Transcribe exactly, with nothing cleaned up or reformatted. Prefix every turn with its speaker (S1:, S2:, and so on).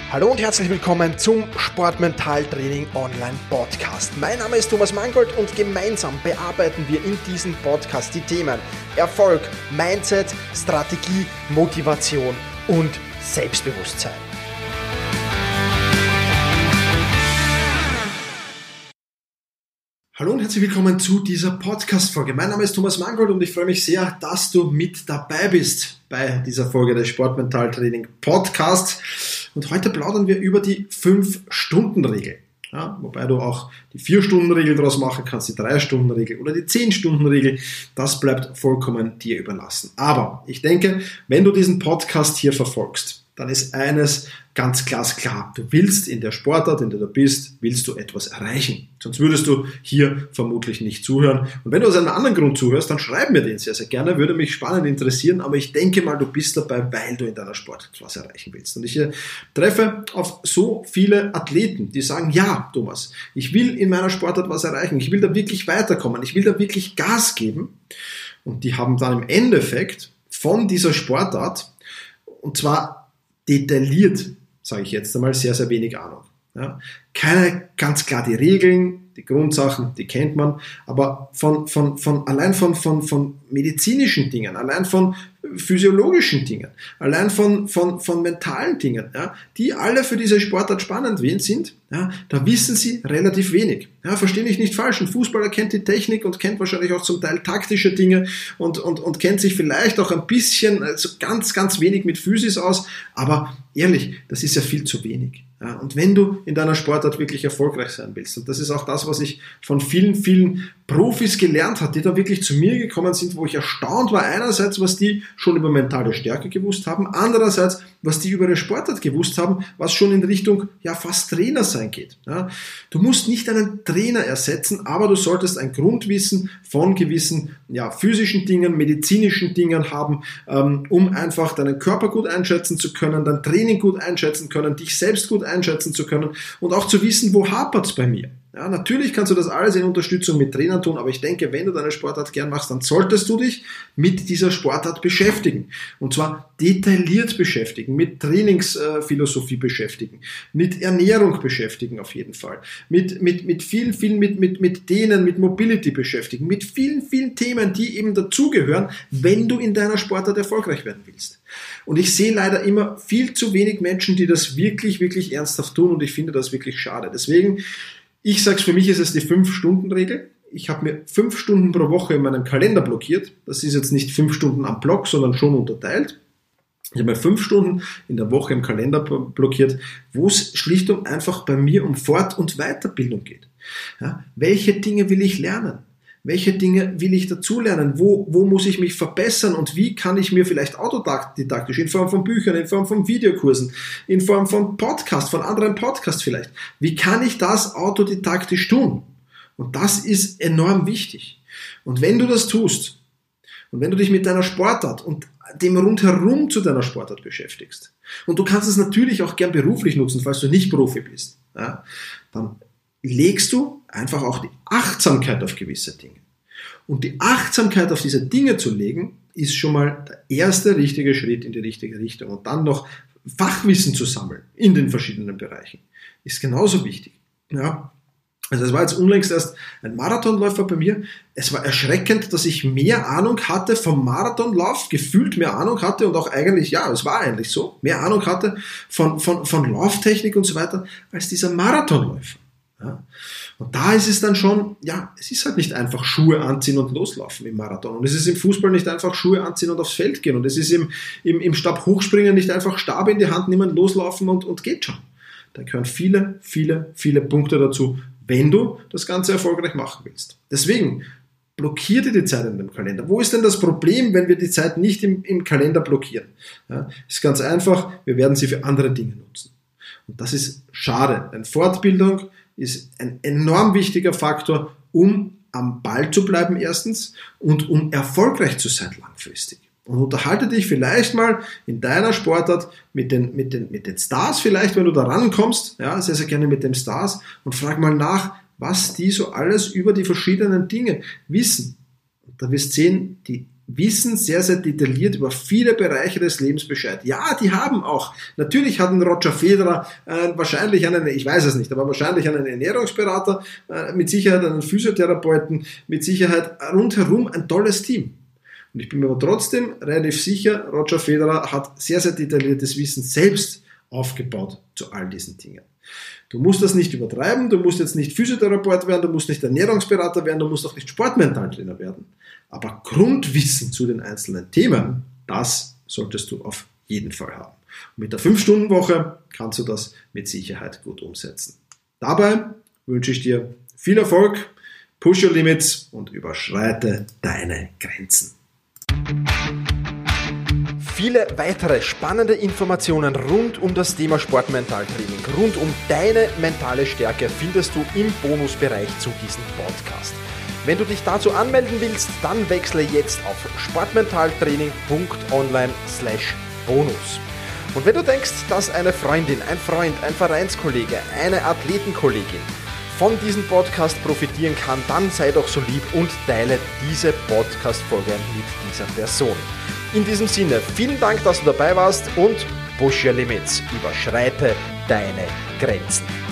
S1: Hallo und herzlich willkommen zum Sportmentaltraining Online Podcast. Mein Name ist Thomas Mangold und gemeinsam bearbeiten wir in diesem Podcast die Themen Erfolg, Mindset, Strategie, Motivation und Selbstbewusstsein. Hallo und herzlich willkommen zu dieser Podcast-Folge. Mein Name ist Thomas Mangold und ich freue mich sehr, dass du mit dabei bist bei dieser Folge des Sportmentaltraining Podcasts. Und heute plaudern wir über die fünf Stunden Regel. Ja, wobei du auch die vier Stunden Regel daraus machen kannst, die drei Stunden Regel oder die zehn Stunden Regel. Das bleibt vollkommen dir überlassen. Aber ich denke, wenn du diesen Podcast hier verfolgst, dann ist eines ganz glasklar. Du willst in der Sportart, in der du bist, willst du etwas erreichen. Sonst würdest du hier vermutlich nicht zuhören. Und wenn du aus einem anderen Grund zuhörst, dann schreib mir den sehr, sehr gerne. Würde mich spannend interessieren. Aber ich denke mal, du bist dabei, weil du in deiner Sportart was erreichen willst. Und ich äh, treffe auf so viele Athleten, die sagen, ja, Thomas, ich will in meiner Sportart was erreichen. Ich will da wirklich weiterkommen. Ich will da wirklich Gas geben. Und die haben dann im Endeffekt von dieser Sportart, und zwar detailliert, sage ich jetzt einmal, sehr, sehr wenig Ahnung. Ja, keine ganz klar die Regeln, die Grundsachen, die kennt man, aber von, von, von, allein von, von, von medizinischen Dingen, allein von physiologischen Dingen, allein von, von, von mentalen Dingen, ja, die alle für diese Sportart spannend sind, ja, da wissen sie relativ wenig. Ja, verstehe mich nicht falsch, ein Fußballer kennt die Technik und kennt wahrscheinlich auch zum Teil taktische Dinge und, und, und kennt sich vielleicht auch ein bisschen, also ganz, ganz wenig mit Physis aus, aber ehrlich, das ist ja viel zu wenig. Ja, und wenn du in deiner Sportart wirklich erfolgreich sein willst, und das ist auch das, was ich von vielen, vielen Profis gelernt habe, die da wirklich zu mir gekommen sind, wo ich erstaunt war, einerseits, was die schon über mentale Stärke gewusst haben, andererseits, was die über ihre Sportart gewusst haben, was schon in Richtung, ja, fast Trainer sein geht. Ja, du musst nicht einen Trainer ersetzen, aber du solltest ein Grundwissen von gewissen, ja, physischen Dingen, medizinischen Dingen haben, ähm, um einfach deinen Körper gut einschätzen zu können, dein Training gut einschätzen können, dich selbst gut einschätzen zu können und auch zu wissen, wo hapert's bei mir. Ja, natürlich kannst du das alles in Unterstützung mit Trainern tun, aber ich denke, wenn du deine Sportart gern machst, dann solltest du dich mit dieser Sportart beschäftigen. Und zwar detailliert beschäftigen, mit Trainingsphilosophie beschäftigen, mit Ernährung beschäftigen auf jeden Fall, mit, mit, mit vielen, vielen, mit, mit, mit Dehnen, mit Mobility beschäftigen, mit vielen, vielen Themen, die eben dazugehören, wenn du in deiner Sportart erfolgreich werden willst. Und ich sehe leider immer viel zu wenig Menschen, die das wirklich, wirklich ernsthaft tun und ich finde das wirklich schade. Deswegen, ich sage es, für mich ist es die fünf Stunden Regel. Ich habe mir fünf Stunden pro Woche in meinem Kalender blockiert. Das ist jetzt nicht fünf Stunden am Block, sondern schon unterteilt. Ich habe mir fünf Stunden in der Woche im Kalender blockiert, wo es schlicht und einfach bei mir um Fort- und Weiterbildung geht. Ja, welche Dinge will ich lernen? Welche Dinge will ich dazulernen? Wo, wo muss ich mich verbessern? Und wie kann ich mir vielleicht autodidaktisch in Form von Büchern, in Form von Videokursen, in Form von Podcasts, von anderen Podcasts vielleicht, wie kann ich das autodidaktisch tun? Und das ist enorm wichtig. Und wenn du das tust und wenn du dich mit deiner Sportart und dem rundherum zu deiner Sportart beschäftigst und du kannst es natürlich auch gern beruflich nutzen, falls du nicht Profi bist, ja, dann legst du einfach auch die Achtsamkeit auf gewisse Dinge. Und die Achtsamkeit auf diese Dinge zu legen, ist schon mal der erste richtige Schritt in die richtige Richtung. Und dann noch Fachwissen zu sammeln in den verschiedenen Bereichen, ist genauso wichtig. Ja. Also es war jetzt unlängst erst ein Marathonläufer bei mir. Es war erschreckend, dass ich mehr Ahnung hatte vom Marathonlauf, gefühlt mehr Ahnung hatte und auch eigentlich, ja, es war eigentlich so, mehr Ahnung hatte von, von, von Lauftechnik und so weiter, als dieser Marathonläufer. Ja. Und da ist es dann schon, ja, es ist halt nicht einfach Schuhe anziehen und loslaufen im Marathon. Und es ist im Fußball nicht einfach Schuhe anziehen und aufs Feld gehen. Und es ist im, im, im Stabhochspringen nicht einfach Stab in die Hand nehmen, loslaufen und, und geht schon. Da gehören viele, viele, viele Punkte dazu, wenn du das Ganze erfolgreich machen willst. Deswegen, blockier dir die Zeit in deinem Kalender. Wo ist denn das Problem, wenn wir die Zeit nicht im, im Kalender blockieren? Ja, ist ganz einfach, wir werden sie für andere Dinge nutzen. Und das ist schade. Denn Fortbildung ist ein enorm wichtiger Faktor, um am Ball zu bleiben erstens und um erfolgreich zu sein langfristig. Und unterhalte dich vielleicht mal in deiner Sportart mit den, mit den, mit den Stars vielleicht, wenn du da rankommst, ja, sehr, sehr gerne mit den Stars und frag mal nach, was die so alles über die verschiedenen Dinge wissen. Und da wirst du sehen, die wissen sehr, sehr detailliert über viele Bereiche des Lebens Bescheid. Ja, die haben auch, natürlich hat ein Roger Federer äh, wahrscheinlich einen, ich weiß es nicht, aber wahrscheinlich einen Ernährungsberater, äh, mit Sicherheit einen Physiotherapeuten, mit Sicherheit rundherum ein tolles Team. Und ich bin mir aber trotzdem relativ sicher, Roger Federer hat sehr, sehr detailliertes Wissen selbst aufgebaut zu all diesen Dingen. Du musst das nicht übertreiben, du musst jetzt nicht Physiotherapeut werden, du musst nicht Ernährungsberater werden, du musst auch nicht Sportmentaltrainer werden. Aber Grundwissen zu den einzelnen Themen, das solltest du auf jeden Fall haben. Und mit der fünf Stunden Woche kannst du das mit Sicherheit gut umsetzen. Dabei wünsche ich dir viel Erfolg, push your limits und überschreite deine Grenzen. Viele weitere spannende Informationen rund um das Thema Sportmentaltraining, rund um deine mentale Stärke findest du im Bonusbereich zu diesem Podcast. Wenn du dich dazu anmelden willst, dann wechsle jetzt auf sportmentaltraining punkt online slash bonus. Und wenn du denkst, dass eine Freundin, ein Freund, ein Vereinskollege, eine Athletenkollegin von diesem Podcast profitieren kann, dann sei doch so lieb und teile diese Podcast-Folge mit dieser Person. In diesem Sinne, vielen Dank, dass du dabei warst und push your limits, überschreite deine Grenzen.